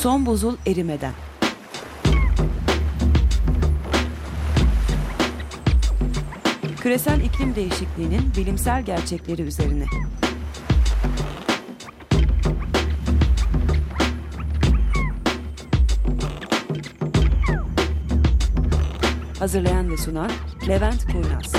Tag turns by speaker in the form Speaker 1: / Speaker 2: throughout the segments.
Speaker 1: Son buzul erimeden. Küresel iklim değişikliğinin bilimsel gerçekleri üzerine. Hazırlayan ve sunan Levent Kurnaz.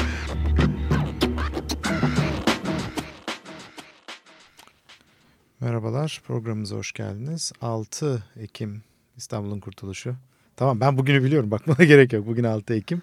Speaker 2: Merhabalar, programımıza hoş geldiniz. 6 Ekim İstanbul'un kurtuluşu. Tamam, ben bugünü biliyorum, bakmana gerek yok. Bugün 6 Ekim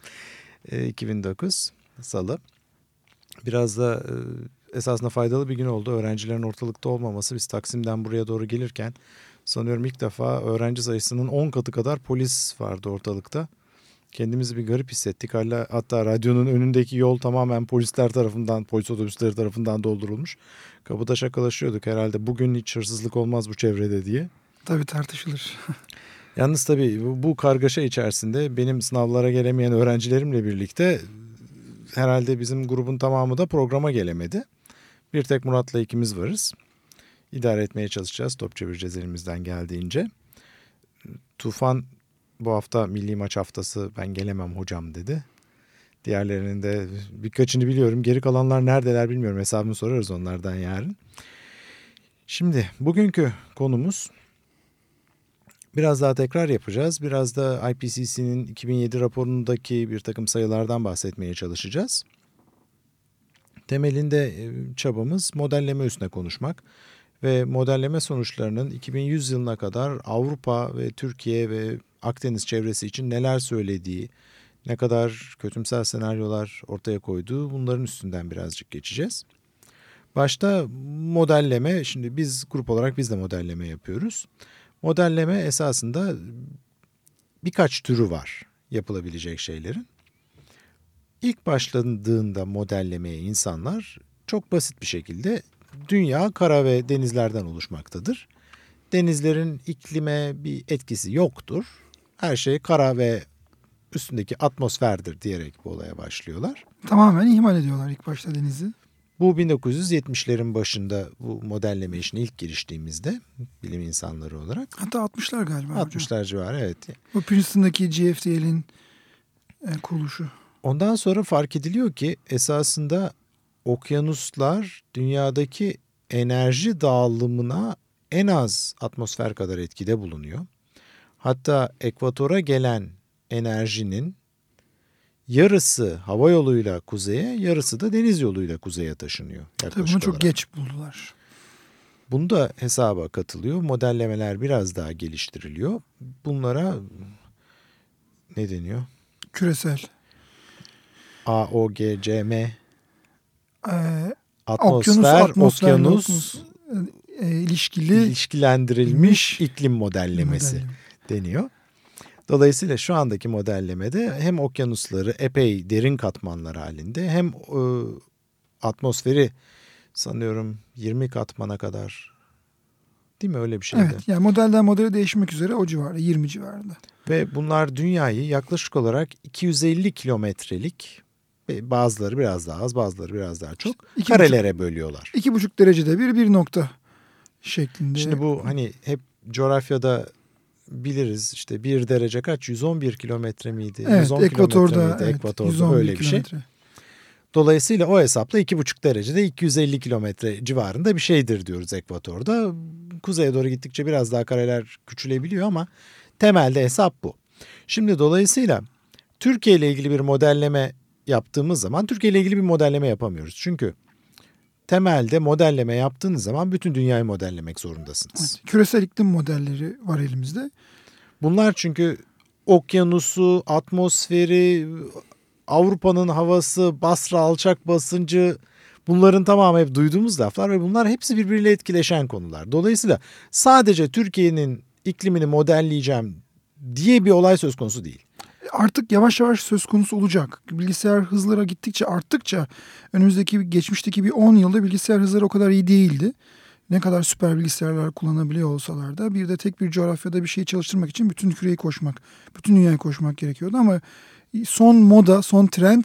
Speaker 2: 2009 Salı. Biraz da esasında faydalı bir gün oldu. Öğrencilerin ortalıkta olmaması. Biz Taksim'den buraya doğru gelirken sanıyorum ilk defa öğrenci sayısının 10 katı kadar polis vardı ortalıkta. Kendimizi bir garip hissettik. Hatta radyonun önündeki yol tamamen polis otobüsleri tarafından doldurulmuş. Kapıda şakalaşıyorduk herhalde bugün hiç hırsızlık olmaz bu çevrede diye.
Speaker 3: Tabii tartışılır.
Speaker 2: Yalnız tabii bu kargaşa içerisinde benim sınavlara gelemeyen öğrencilerimle birlikte herhalde bizim grubun tamamı da programa gelemedi. Bir tek Murat'la ikimiz varız. İdare etmeye çalışacağız, top çevireceğiz elimizden geldiğince. Tufan bu hafta milli maç haftası, ben gelemem hocam dedi. Diğerlerinin de birkaçını biliyorum. Geri kalanlar neredeler bilmiyorum. Hesabını sorarız onlardan yarın. Şimdi bugünkü konumuz, biraz daha tekrar yapacağız. Biraz da IPCC'nin 2007 raporundaki bir takım sayılardan bahsetmeye çalışacağız. Temelinde çabamız modelleme üstüne konuşmak. Ve modelleme sonuçlarının 2100 yılına kadar Avrupa ve Türkiye ve Akdeniz çevresi için neler söylediği, ne kadar kötümser senaryolar ortaya koyduğu, bunların üstünden birazcık geçeceğiz. Başta modelleme, şimdi biz grup olarak biz de modelleme yapıyoruz. Modelleme esasında birkaç türü var yapılabilecek şeylerin. İlk başladığında modellemeye insanlar çok basit bir şekilde dünya kara ve denizlerden oluşmaktadır. Denizlerin iklime bir etkisi yoktur. Her şey kara ve üstündeki atmosferdir diyerek bu olaya başlıyorlar.
Speaker 3: Tamamen ihmal ediyorlar ilk başta denizi.
Speaker 2: Bu 1970'lerin başında bu modelleme işine ilk giriştiğimizde bilim insanları olarak.
Speaker 3: Hatta 60'lar galiba.
Speaker 2: 60'lar civarı, evet.
Speaker 3: Bu Princeton'daki GFDL'in kuruluşu.
Speaker 2: Ondan sonra fark ediliyor ki esasında okyanuslar dünyadaki enerji dağılımına en az atmosfer kadar etkide bulunuyor. Hatta ekvatora gelen enerjinin yarısı hava yoluyla kuzeye, yarısı da deniz yoluyla kuzeye taşınıyor.
Speaker 3: Tabii bunu çok geç buldular.
Speaker 2: Bunu da hesaba katılıyor. Modellemeler biraz daha geliştiriliyor. Bunlara ne deniyor?
Speaker 3: Küresel.
Speaker 2: AOGCM.
Speaker 3: Atmosfer,
Speaker 2: okyanus
Speaker 3: ilişkilendirilmiş
Speaker 2: iklim modellemesi deniyor. Dolayısıyla şu andaki modellemede hem okyanusları epey derin katmanlar halinde, hem atmosferi sanıyorum 20 katmana kadar, değil mi, öyle bir şeydi?
Speaker 3: Evet, yani modelden modele değişmek üzere o civarda, 20 civarında.
Speaker 2: Ve bunlar dünyayı yaklaşık olarak 250 kilometrelik, bazıları biraz daha az, bazıları biraz daha çok karelere bölüyorlar.
Speaker 3: 2,5 derecede bir nokta şeklinde.
Speaker 2: Şimdi bu hani hep coğrafyada biliriz, işte 1 derece kaç? 111 kilometre miydi?
Speaker 3: Evet,
Speaker 2: 110
Speaker 3: ekvatorda,
Speaker 2: miydi? Ekvatorda öyle bir şey.
Speaker 3: Kilometre.
Speaker 2: Dolayısıyla o hesapla 2,5 derecede 250 kilometre civarında bir şeydir diyoruz ekvatorda. Kuzeye doğru gittikçe biraz daha kareler küçülebiliyor ama temelde hesap bu. Şimdi dolayısıyla Türkiye ile ilgili bir modelleme yaptığımız zaman Türkiye ile ilgili bir modelleme yapamıyoruz. Çünkü temelde modelleme yaptığınız zaman bütün dünyayı modellemek zorundasınız.
Speaker 3: Evet, küresel iklim modelleri var elimizde.
Speaker 2: Bunlar çünkü okyanusu, atmosferi, Avrupa'nın havası, Basra alçak basıncı, bunların tamamı hep duyduğumuz laflar ve bunlar hepsi birbiriyle etkileşen konular. Dolayısıyla sadece Türkiye'nin iklimini modelleyeceğim diye bir olay söz konusu değil.
Speaker 3: Artık yavaş yavaş söz konusu olacak. Bilgisayar hızları gittikçe arttıkça geçmişteki bir 10 yılda bilgisayar hızları o kadar iyi değildi. Ne kadar süper bilgisayarlar kullanabiliyor olsalar da bir de tek bir coğrafyada bir şeyi çalıştırmak için bütün küreyi koşmak, bütün dünyayı koşmak gerekiyordu. Ama son moda, son trend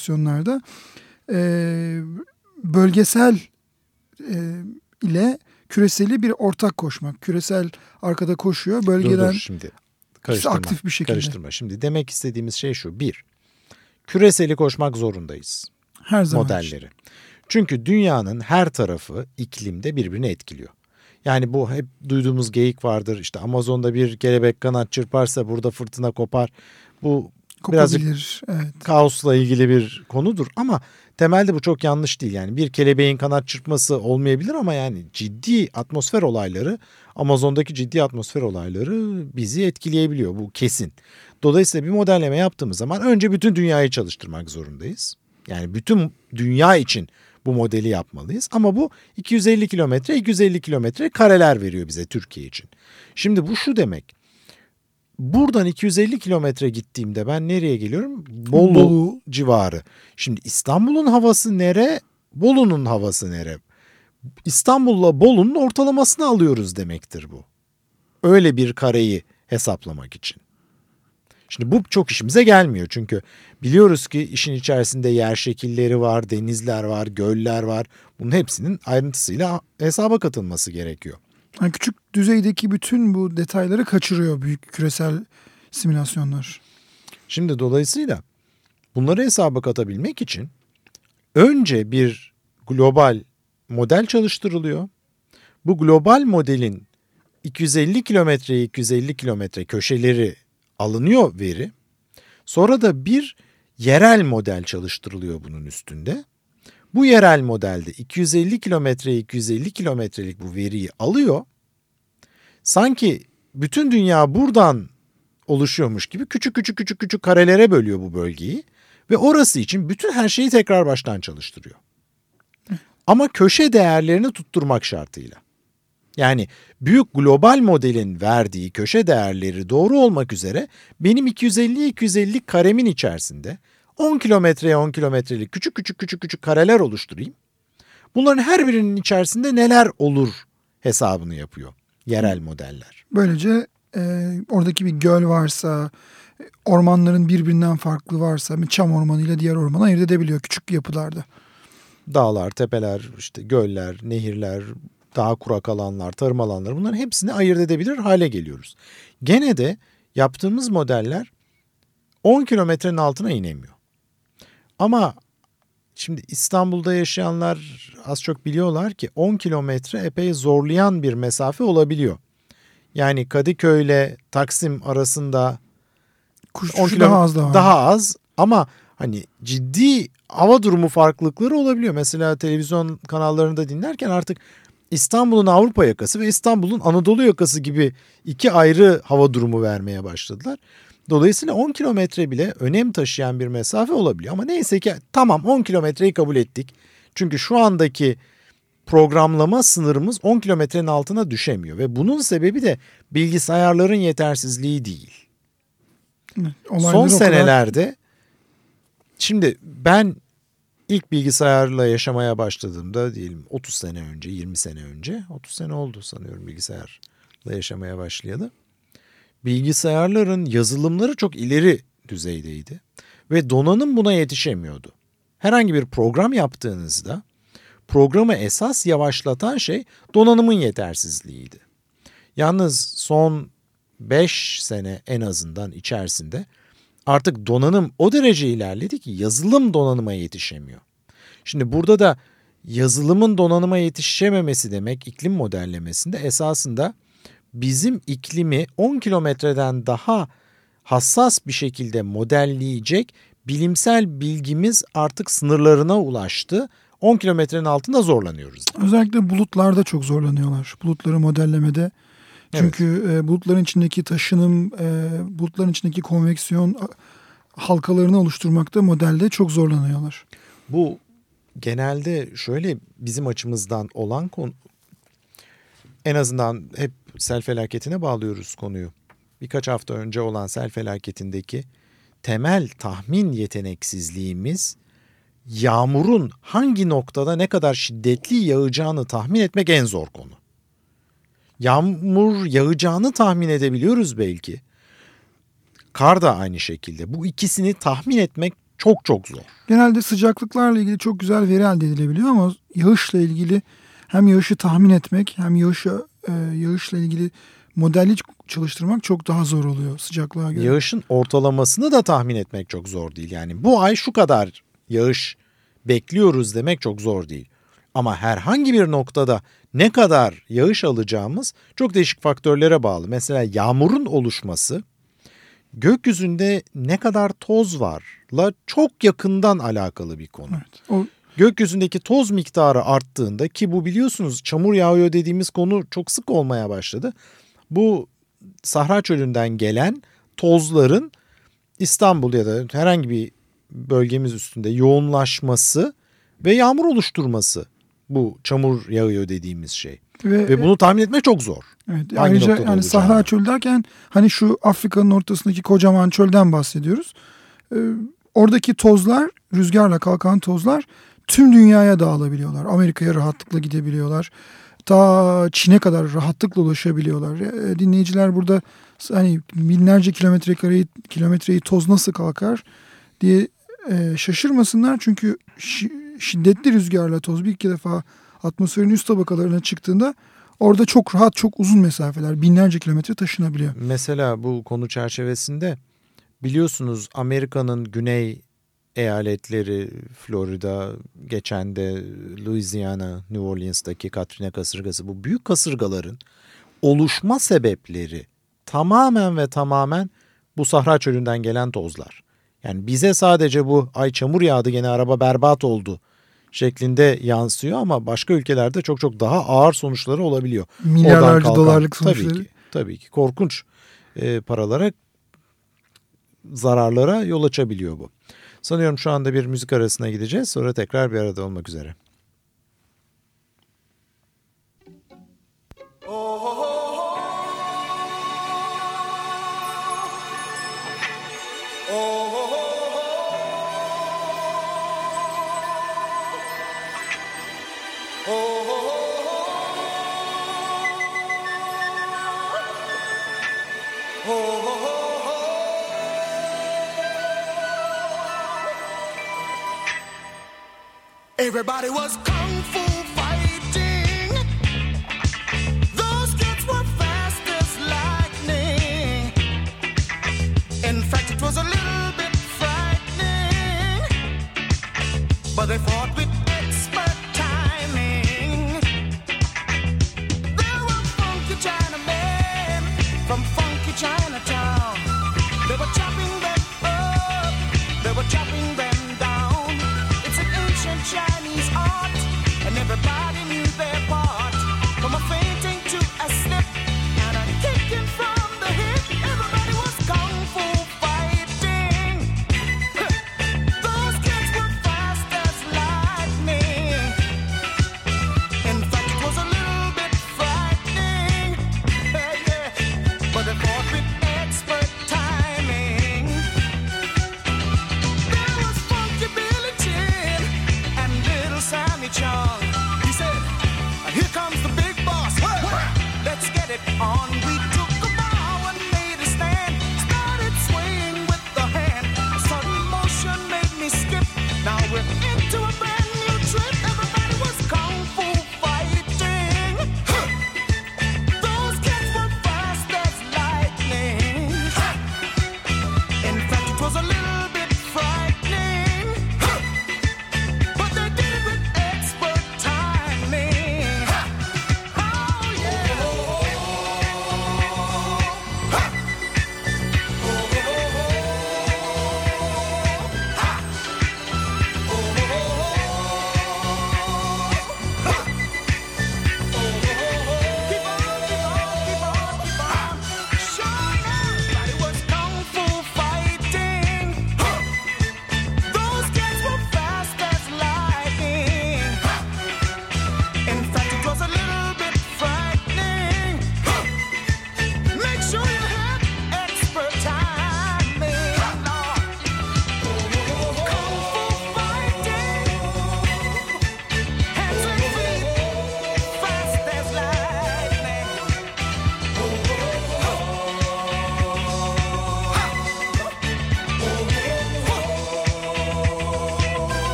Speaker 3: bölgesel ile küreseli bir ortak koşmak. Küresel arkada koşuyor. Bölgeden
Speaker 2: Dur şimdi karıştırma.
Speaker 3: aktif bir şekilde.
Speaker 2: Karıştırma. Şimdi demek istediğimiz şey şu. Bir, küreseli koşmak zorundayız.
Speaker 3: Her zaman
Speaker 2: Modelleri. Çünkü dünyanın her tarafı iklimde birbirini etkiliyor. Yani bu hep duyduğumuz geyik vardır. İşte Amazon'da bir kelebek kanat çırparsa burada fırtına kopar. Bu birazcık
Speaker 3: kopabilir. Evet.
Speaker 2: kaosla ilgili bir konudur ama temelde bu çok yanlış değil. Yani bir kelebeğin kanat çırpması olmayabilir ama yani ciddi atmosfer olayları, Amazon'daki ciddi atmosfer olayları bizi etkileyebiliyor. Bu kesin. Dolayısıyla bir modelleme yaptığımız zaman önce bütün dünyayı çalıştırmak zorundayız. Yani bütün dünya için bu modeli yapmalıyız. Ama bu 250 kilometre kareler veriyor bize Türkiye için. Şimdi bu şu demek. Buradan 250 kilometre gittiğimde ben nereye geliyorum? Bolu civarı. Şimdi İstanbul'un havası nere? Bolu'nun havası nere? İstanbul'la Bolu'nun ortalamasını alıyoruz demektir bu. Öyle bir kareyi hesaplamak için. Şimdi bu çok işimize gelmiyor çünkü biliyoruz ki işin içerisinde yer şekilleri var, denizler var, göller var. Bunun hepsinin ayrıntısıyla hesaba katılması gerekiyor.
Speaker 3: Yani küçük düzeydeki bütün bu detayları kaçırıyor büyük küresel simülasyonlar.
Speaker 2: Şimdi dolayısıyla bunları hesaba katabilmek için önce bir global model çalıştırılıyor. Bu global modelin 250 kilometre köşeleri alınıyor veri. Sonra da bir yerel model çalıştırılıyor bunun üstünde. Bu yerel modelde 250 kilometrelik bu veriyi alıyor. Sanki bütün dünya buradan oluşuyormuş gibi küçük karelere bölüyor bu bölgeyi. Ve orası için bütün her şeyi tekrar baştan çalıştırıyor. Ama köşe değerlerini tutturmak şartıyla. Yani büyük global modelin verdiği köşe değerleri doğru olmak üzere benim 250 karemin içerisinde 10 kilometrelik küçük kareler oluşturayım. Bunların her birinin içerisinde neler olur hesabını yapıyor yerel modeller.
Speaker 3: Böylece oradaki bir göl varsa, ormanların birbirinden farklı varsa, bir çam ormanıyla diğer ormanı ayırt edebiliyor küçük yapılarda.
Speaker 2: Dağlar, tepeler, işte göller, nehirler, daha kurak alanlar, tarım alanları, bunların hepsini ayırt edebilir hale geliyoruz. Gene de yaptığımız modeller 10 kilometrenin altına inemiyor. Ama şimdi İstanbul'da yaşayanlar az çok biliyorlar ki 10 kilometre epey zorlayan bir mesafe olabiliyor. Yani Kadıköy ile Taksim arasında 10 kilometre daha az ama hani ciddi hava durumu farklılıkları olabiliyor. Mesela televizyon kanallarında dinlerken artık İstanbul'un Avrupa yakası ve İstanbul'un Anadolu yakası gibi iki ayrı hava durumu vermeye başladılar. Dolayısıyla 10 kilometre bile önem taşıyan bir mesafe olabiliyor. Ama neyse ki tamam 10 kilometreyi kabul ettik. Çünkü şu andaki programlama sınırımız 10 kilometrenin altına düşemiyor. Ve bunun sebebi de bilgisayarların yetersizliği değil. Son senelerde şimdi ben ilk bilgisayarla yaşamaya başladığımda diyelim 30 sene önce, 20 sene önce, 30 sene oldu sanıyorum bilgisayarla yaşamaya başlayalı. Bilgisayarların yazılımları çok ileri düzeydeydi ve donanım buna yetişemiyordu. Herhangi bir program yaptığınızda programı esas yavaşlatan şey donanımın yetersizliğiydi. Yalnız son 5 sene en azından içerisinde artık donanım o derece ilerledi ki yazılım donanıma yetişemiyor. Şimdi burada da yazılımın donanıma yetişememesi demek iklim modellemesinde esasında bizim iklimi 10 kilometreden daha hassas bir şekilde modelleyecek bilimsel bilgimiz artık sınırlarına ulaştı. 10 kilometrenin altında zorlanıyoruz.
Speaker 3: Özellikle bulutlarda çok zorlanıyorlar. Bulutları modellemede. Çünkü evet, bulutların içindeki taşınım, bulutların içindeki konveksiyon halkalarını oluşturmakta modelde çok zorlanıyorlar.
Speaker 2: Bu genelde şöyle bizim açımızdan olan konu, en azından hep sel felaketine bağlıyoruz konuyu. Birkaç hafta önce olan sel felaketindeki temel tahmin yeteneksizliğimiz yağmurun hangi noktada ne kadar şiddetli yağacağını tahmin etmek en zor konu. Yağmur yağacağını tahmin edebiliyoruz belki. Kar da aynı şekilde. Bu ikisini tahmin etmek çok zor.
Speaker 3: Genelde sıcaklıklarla ilgili çok güzel veri elde edilebiliyor ama yağışla ilgili hem yağışı tahmin etmek hem yağışla ilgili modelli çalıştırmak çok daha zor oluyor sıcaklığa göre.
Speaker 2: Yağışın ortalamasını da tahmin etmek çok zor değil. Yani bu ay şu kadar yağış bekliyoruz demek çok zor değil. Ama herhangi bir noktada ne kadar yağış alacağımız çok değişik faktörlere bağlı. Mesela yağmurun oluşması gökyüzünde ne kadar toz varla çok yakından alakalı bir konu.
Speaker 3: Evet,
Speaker 2: gökyüzündeki toz miktarı arttığında, ki bu biliyorsunuz çamur yağıyor dediğimiz konu çok sık olmaya başladı. Bu Sahra Çölü'nden gelen tozların İstanbul ya da herhangi bir bölgemiz üstünde yoğunlaşması ve yağmur oluşturması bu çamur yağıyor dediğimiz şey. Ve bunu tahmin etmek çok zor.
Speaker 3: Evet, ayrıca yani Sahra Çölü derken hani şu Afrika'nın ortasındaki kocaman çölden bahsediyoruz. Oradaki tozlar, rüzgarla kalkan tozlar tüm dünyaya dağılabiliyorlar. Amerika'ya rahatlıkla gidebiliyorlar. Ta Çin'e kadar rahatlıkla ulaşabiliyorlar. Dinleyiciler burada hani binlerce kilometreyi toz nasıl kalkar diye şaşırmasınlar. Çünkü şiddetli rüzgarla toz bir iki defa atmosferin üst tabakalarına çıktığında orada çok rahat, çok uzun mesafeler, binlerce kilometre taşınabiliyor.
Speaker 2: Mesela bu konu çerçevesinde biliyorsunuz Amerika'nın güney eyaletleri, Florida, geçen de Louisiana, New Orleans'taki Katrina kasırgası, bu büyük kasırgaların oluşma sebepleri tamamen bu Sahra Çölü'nden gelen tozlar. Yani bize sadece bu ay çamur yağdı gene araba berbat oldu şeklinde yansıyor ama başka ülkelerde çok daha ağır sonuçları olabiliyor.
Speaker 3: Milyarlarca dolarlık sonuçları.
Speaker 2: Tabii ki korkunç paralara, zararlara yol açabiliyor bu. Sanıyorum şu anda bir müzik arasına gideceğiz. Sonra tekrar bir arada olmak üzere.
Speaker 4: Everybody was kung fu fighting. Those kids were fast as lightning. In fact, it was a little bit frightening. But they fought with expert timing. There were funky Chinamen from funky Chinatown. They were chopping them up. They were chopping them down. It's an ancient Chinese art, and everybody knew their part. From a fainting to a slip and a kicking from the hip, everybody was kung fu fighting. Those kids were fast as lightning.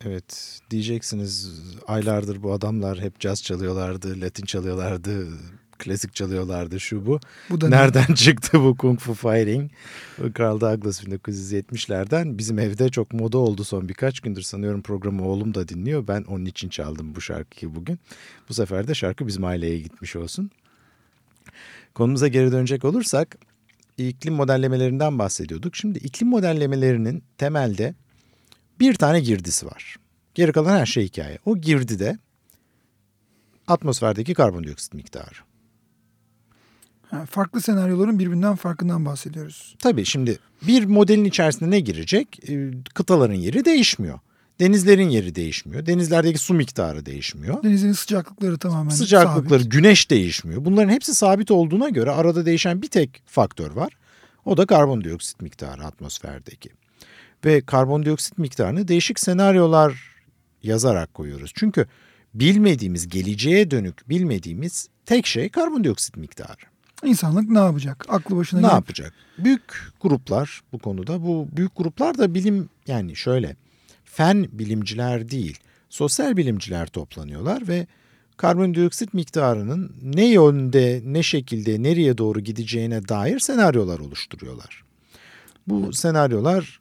Speaker 2: Evet, diyeceksiniz aylardır bu adamlar hep caz çalıyorlardı, Latin çalıyorlardı, klasik çalıyorlardı, şu bu.
Speaker 3: Bu da
Speaker 2: nereden çıktı bu Kung Fu Fighting? Carl Douglas 1970'lerden bizim evde çok moda oldu son birkaç gündür, sanıyorum programı oğlum da dinliyor. Ben onun için çaldım bu şarkıyı bugün. Bu sefer de şarkı bizim aileye gitmiş olsun. Konumuza geri dönecek olursak iklim modellemelerinden bahsediyorduk. Şimdi iklim modellemelerinin temelde bir tane girdisi var. Geri kalan her şey hikaye. O girdide atmosferdeki karbondioksit miktarı.
Speaker 3: Farklı senaryoların birbirinden farkından bahsediyoruz.
Speaker 2: Tabii şimdi bir modelin içerisinde ne girecek? Kıtaların yeri değişmiyor. Denizlerin yeri değişmiyor. Denizlerdeki su miktarı değişmiyor.
Speaker 3: Denizin sıcaklıkları tamamen
Speaker 2: Sıcaklıkları,
Speaker 3: sabit.
Speaker 2: güneş değişmiyor. Bunların hepsi sabit olduğuna göre arada değişen bir tek faktör var. O da karbondioksit miktarı atmosferdeki. Ve karbondioksit miktarını değişik senaryolar yazarak koyuyoruz. Çünkü bilmediğimiz, geleceğe dönük bilmediğimiz tek şey karbondioksit miktarı.
Speaker 3: İnsanlık ne yapacak? Aklı başına
Speaker 2: Ne
Speaker 3: gelip
Speaker 2: yapacak? Büyük gruplar bu konuda. Bu büyük gruplar da bilim, yani şöyle, fen bilimciler değil, sosyal bilimciler toplanıyorlar ve karbondioksit miktarının ne yönde, ne şekilde, nereye doğru gideceğine dair senaryolar oluşturuyorlar. Bu senaryolar,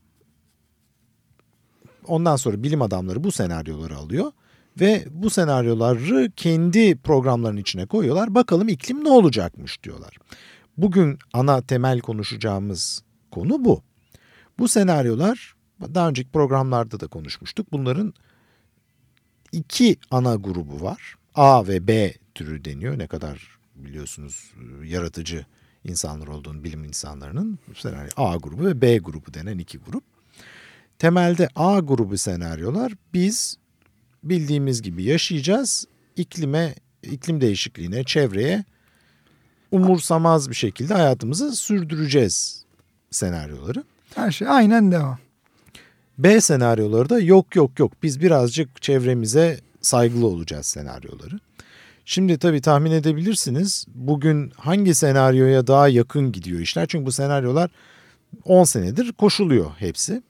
Speaker 2: ondan sonra bilim adamları bu senaryoları alıyor ve bu senaryoları kendi programlarının içine koyuyorlar. Bakalım iklim ne olacakmış diyorlar. Bugün ana temel konuşacağımız konu bu. Bu senaryolar, daha önceki programlarda da konuşmuştuk. Bunların iki ana grubu var. A ve B türü deniyor. Ne kadar biliyorsunuz yaratıcı insanlar olduğunu, bilim insanlarının. Senaryo A grubu ve B grubu denen iki grup. Temelde A grubu senaryolar, biz bildiğimiz gibi yaşayacağız. İklim değişikliğine, çevreye umursamaz bir şekilde hayatımızı sürdüreceğiz senaryoları.
Speaker 3: her şey aynen devam.
Speaker 2: B senaryoları da yok biz birazcık çevremize saygılı olacağız senaryoları. Şimdi tabii tahmin edebilirsiniz bugün hangi senaryoya daha yakın gidiyor işler. Çünkü bu senaryolar 10 senedir koşuluyor hepsi.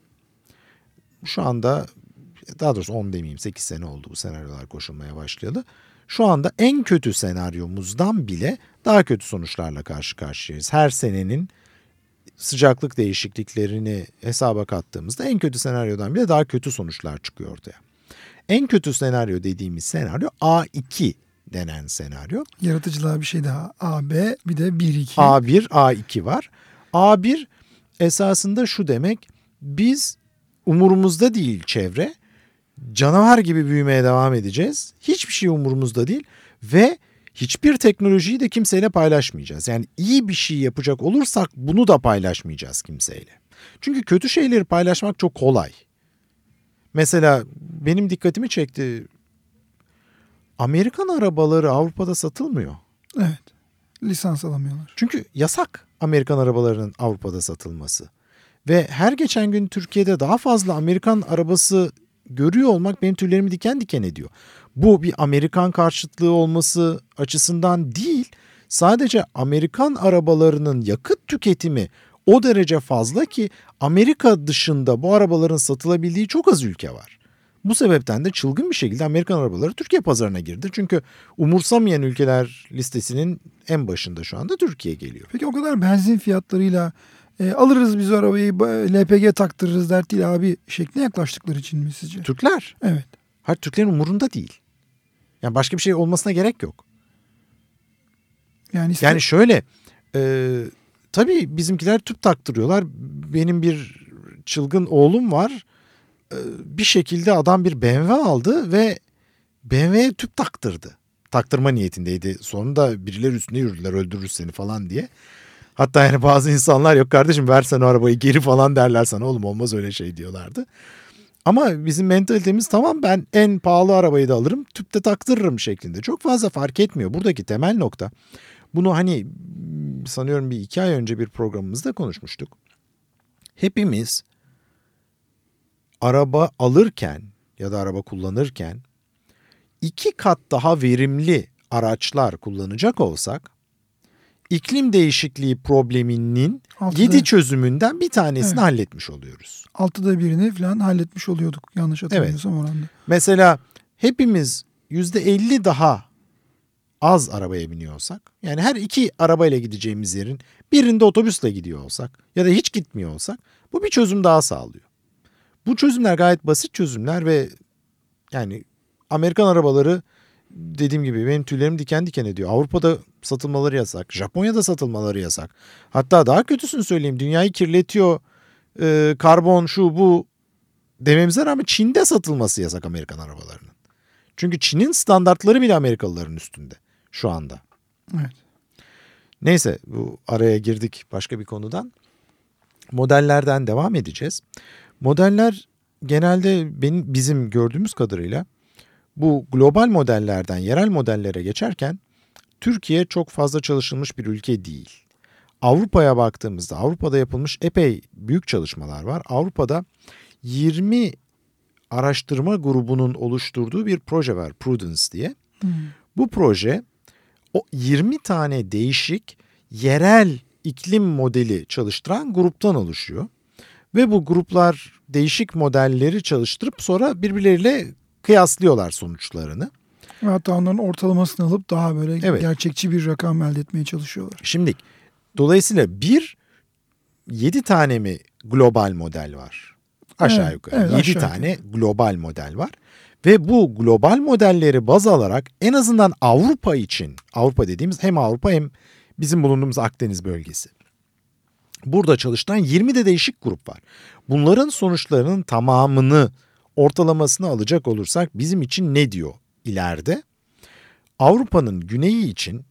Speaker 2: Şu anda, daha doğrusu 10 demeyeyim, 8 sene oldu bu senaryolar koşulmaya başlayalı. Şu anda en kötü senaryomuzdan bile daha kötü sonuçlarla karşı karşıyayız. Her senenin sıcaklık değişikliklerini hesaba kattığımızda en kötü senaryodan bile daha kötü sonuçlar çıkıyor ortaya. En kötü senaryo dediğimiz senaryo A2 denen senaryo.
Speaker 3: Yaratıcılığa bir şey daha. AB bir de 1-2.
Speaker 2: A1, A2 var. A1 esasında şu demek: biz umurumuzda değil çevre, canavar gibi büyümeye devam edeceğiz. Hiçbir şey umurumuzda değil ve hiçbir teknolojiyi de kimseyle paylaşmayacağız. Yani iyi bir şey yapacak olursak bunu da paylaşmayacağız kimseyle. Çünkü kötü şeyleri paylaşmak çok kolay. Mesela benim dikkatimi çekti. Amerikan arabaları Avrupa'da satılmıyor.
Speaker 3: Evet. Lisans alamıyorlar.
Speaker 2: Çünkü yasak Amerikan arabalarının Avrupa'da satılması. Ve her geçen gün Türkiye'de daha fazla Amerikan arabası görüyor olmak benim tüylerimi diken diken ediyor. Bu bir Amerikan karşıtlığı olması açısından değil, sadece Amerikan arabalarının yakıt tüketimi o derece fazla ki Amerika dışında bu arabaların satılabildiği çok az ülke var. Bu sebepten de çılgın bir şekilde Amerikan arabaları Türkiye pazarına girdi. Çünkü umursamayan ülkeler listesinin en başında şu anda Türkiye geliyor.
Speaker 3: Peki o kadar benzin fiyatlarıyla alırız biz arabayı, LPG taktırırız dert değil abi şekline yaklaştıkları için mi sizce?
Speaker 2: Türkler.
Speaker 3: Evet.
Speaker 2: Hayır, Türklerin umurunda değil. Yani başka bir şey olmasına gerek yok. Yani şöyle, tabii bizimkiler tüp taktırıyorlar. Benim bir çılgın oğlum var. Bir şekilde adam bir BMW aldı ve BMW'ye tüp taktırdı. Taktırma niyetindeydi. Sonunda birileri üstüne yürüdüler, öldürürüz seni falan diye. Hatta yani bazı insanlar yok kardeşim versen o arabayı geri falan derler sana, oğlum olmaz öyle şey diyorlardı. Ama bizim mentalitemiz tamam, ben en pahalı arabayı da alırım, tüp de taktırırım şeklinde. Çok fazla fark etmiyor. Buradaki temel nokta, bunu hani sanıyorum bir 2 ay önce bir programımızda konuşmuştuk. Hepimiz araba alırken ya da araba kullanırken 2 kat daha verimli araçlar kullanacak olsak iklim değişikliği probleminin
Speaker 3: Altıda-
Speaker 2: 7 çözümünden bir tanesini
Speaker 3: Evet.
Speaker 2: halletmiş oluyoruz.
Speaker 3: 6'da birini falan halletmiş oluyorduk yanlış hatırlamıyorsam oranda.
Speaker 2: Mesela hepimiz %50 daha az arabaya biniyor olsak, yani her 2 arabayla gideceğimiz yerin birinde otobüsle gidiyor olsak ya da hiç gitmiyor olsak, bu bir çözüm daha sağlıyor. Bu çözümler gayet basit çözümler ve yani Amerikan arabaları, dediğim gibi benim tüylerim diken diken ediyor. Avrupa'da satılmaları yasak, Japonya'da satılmaları yasak. Hatta daha kötüsünü söyleyeyim, dünyayı kirletiyor, karbon şu bu dememize rağmen Çin'de satılması yasak Amerikan arabalarının. Çünkü Çin'in standartları bile Amerikalıların üstünde şu anda.
Speaker 3: Evet.
Speaker 2: Neyse, bu araya girdik başka bir konudan. Modellerden devam edeceğiz. Modeller genelde bizim gördüğümüz kadarıyla bu global modellerden yerel modellere geçerken Türkiye çok fazla çalışılmış bir ülke değil. Avrupa'ya baktığımızda Avrupa'da yapılmış epey büyük çalışmalar var. Avrupa'da 20 araştırma grubunun oluşturduğu bir proje var, Prudence diye. Bu proje o 20 tane değişik yerel iklim modeli çalıştıran gruptan oluşuyor. Ve bu gruplar değişik modelleri çalıştırıp sonra birbirleriyle kıyaslıyorlar sonuçlarını.
Speaker 3: Ve hatta onların ortalamasını alıp daha böyle
Speaker 2: Evet.
Speaker 3: gerçekçi bir rakam elde etmeye çalışıyorlar.
Speaker 2: Şimdi dolayısıyla 7 tane mi global model var? Aşağı
Speaker 3: Evet,
Speaker 2: yukarı
Speaker 3: evet,
Speaker 2: 7
Speaker 3: aşağı
Speaker 2: tane global model var. Ve bu global modelleri baz alarak en azından Avrupa için, Avrupa dediğimiz hem Avrupa hem bizim bulunduğumuz Akdeniz bölgesi, burada çalıştıran 20 de değişik grup var. Bunların sonuçlarının tamamını, ortalamasını alacak olursak bizim için ne diyor ileride? Avrupa'nın güneyi için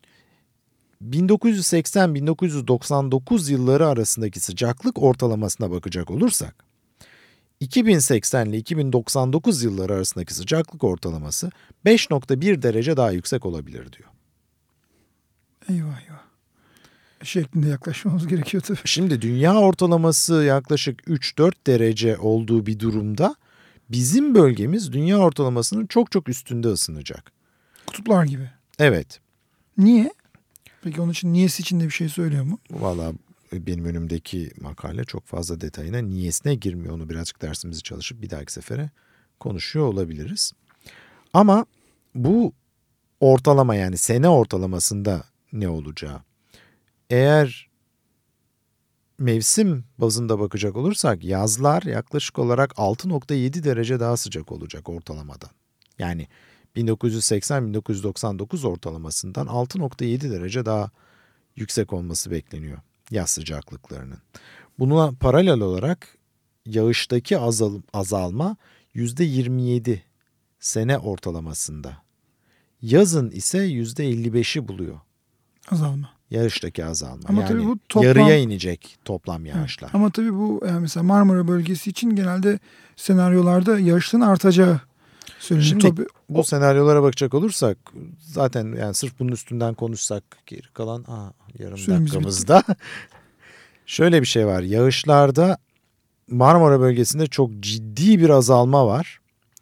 Speaker 2: 1980-1999 yılları arasındaki sıcaklık ortalamasına bakacak olursak 2080 ile 2099 yılları arasındaki sıcaklık ortalaması 5,1 derece daha yüksek olabilir diyor.
Speaker 3: Eyvah eyvah. Şeklinde yaklaşmamız gerekiyor tabii.
Speaker 2: Şimdi dünya ortalaması yaklaşık 3-4 derece olduğu bir durumda bizim bölgemiz dünya ortalamasının çok çok üstünde ısınacak.
Speaker 3: Kutuplar gibi.
Speaker 2: Evet.
Speaker 3: Niye? Peki onun için niyesi için de bir şey söylüyor mu?
Speaker 2: Valla benim önümdeki makale çok fazla detayına, niyesine girmiyor. Onu birazcık dersimizi çalışıp bir dahaki sefere konuşuyor olabiliriz. Ama bu ortalama, yani sene ortalamasında ne olacağı? Eğer mevsim bazında bakacak olursak yazlar yaklaşık olarak 6,7 derece daha sıcak olacak ortalamadan. Yani 1980-1999 ortalamasından 6,7 derece daha yüksek olması bekleniyor yaz sıcaklıklarının. Buna paralel olarak yağıştaki azalma %27 sene ortalamasında. Yazın ise %55'i buluyor
Speaker 3: Azalma.
Speaker 2: yağıştaki azalma.
Speaker 3: Ama
Speaker 2: yani
Speaker 3: tabii bu toplam-
Speaker 2: yarıya inecek toplam yağışlar.
Speaker 3: Evet. Ama tabii bu mesela Marmara bölgesi için genelde senaryolarda yağışların artacağı söyleniyor.
Speaker 2: Şimdi
Speaker 3: Tabii,
Speaker 2: bu senaryolara bakacak olursak zaten yani sırf bunun üstünden konuşsak geri kalan yarım
Speaker 3: Süremiz
Speaker 2: dakikamızda şöyle bir şey var. Yağışlarda Marmara bölgesinde çok ciddi bir azalma var.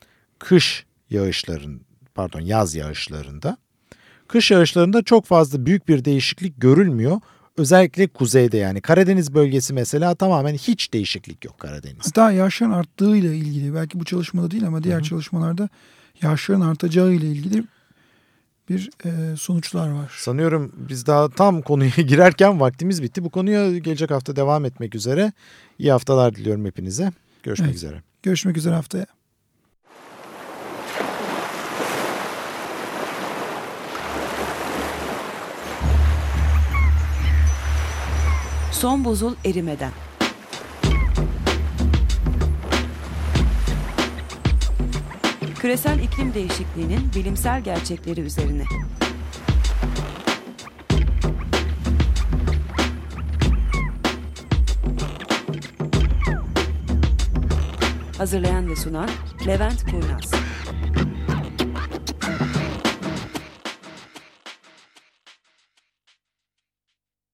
Speaker 2: Yaz yağışlarında. Kış yağışlarında çok fazla büyük bir değişiklik görülmüyor. Özellikle kuzeyde, yani Karadeniz bölgesi mesela tamamen hiç değişiklik yok Karadeniz'de.
Speaker 3: hatta yağışların arttığıyla ilgili, belki bu çalışmada değil ama diğer çalışmalarda yağışların artacağı ile ilgili bir sonuçlar var.
Speaker 2: Sanıyorum biz daha tam konuya girerken vaktimiz bitti. Bu konuya gelecek hafta devam etmek üzere. İyi haftalar diliyorum hepinize. Görüşmek üzere.
Speaker 3: Görüşmek üzere haftaya.
Speaker 1: Son buzul erimeden. Küresel iklim değişikliğinin bilimsel gerçekleri üzerine. Hazırlayan ve sunan Levent Kurnaz.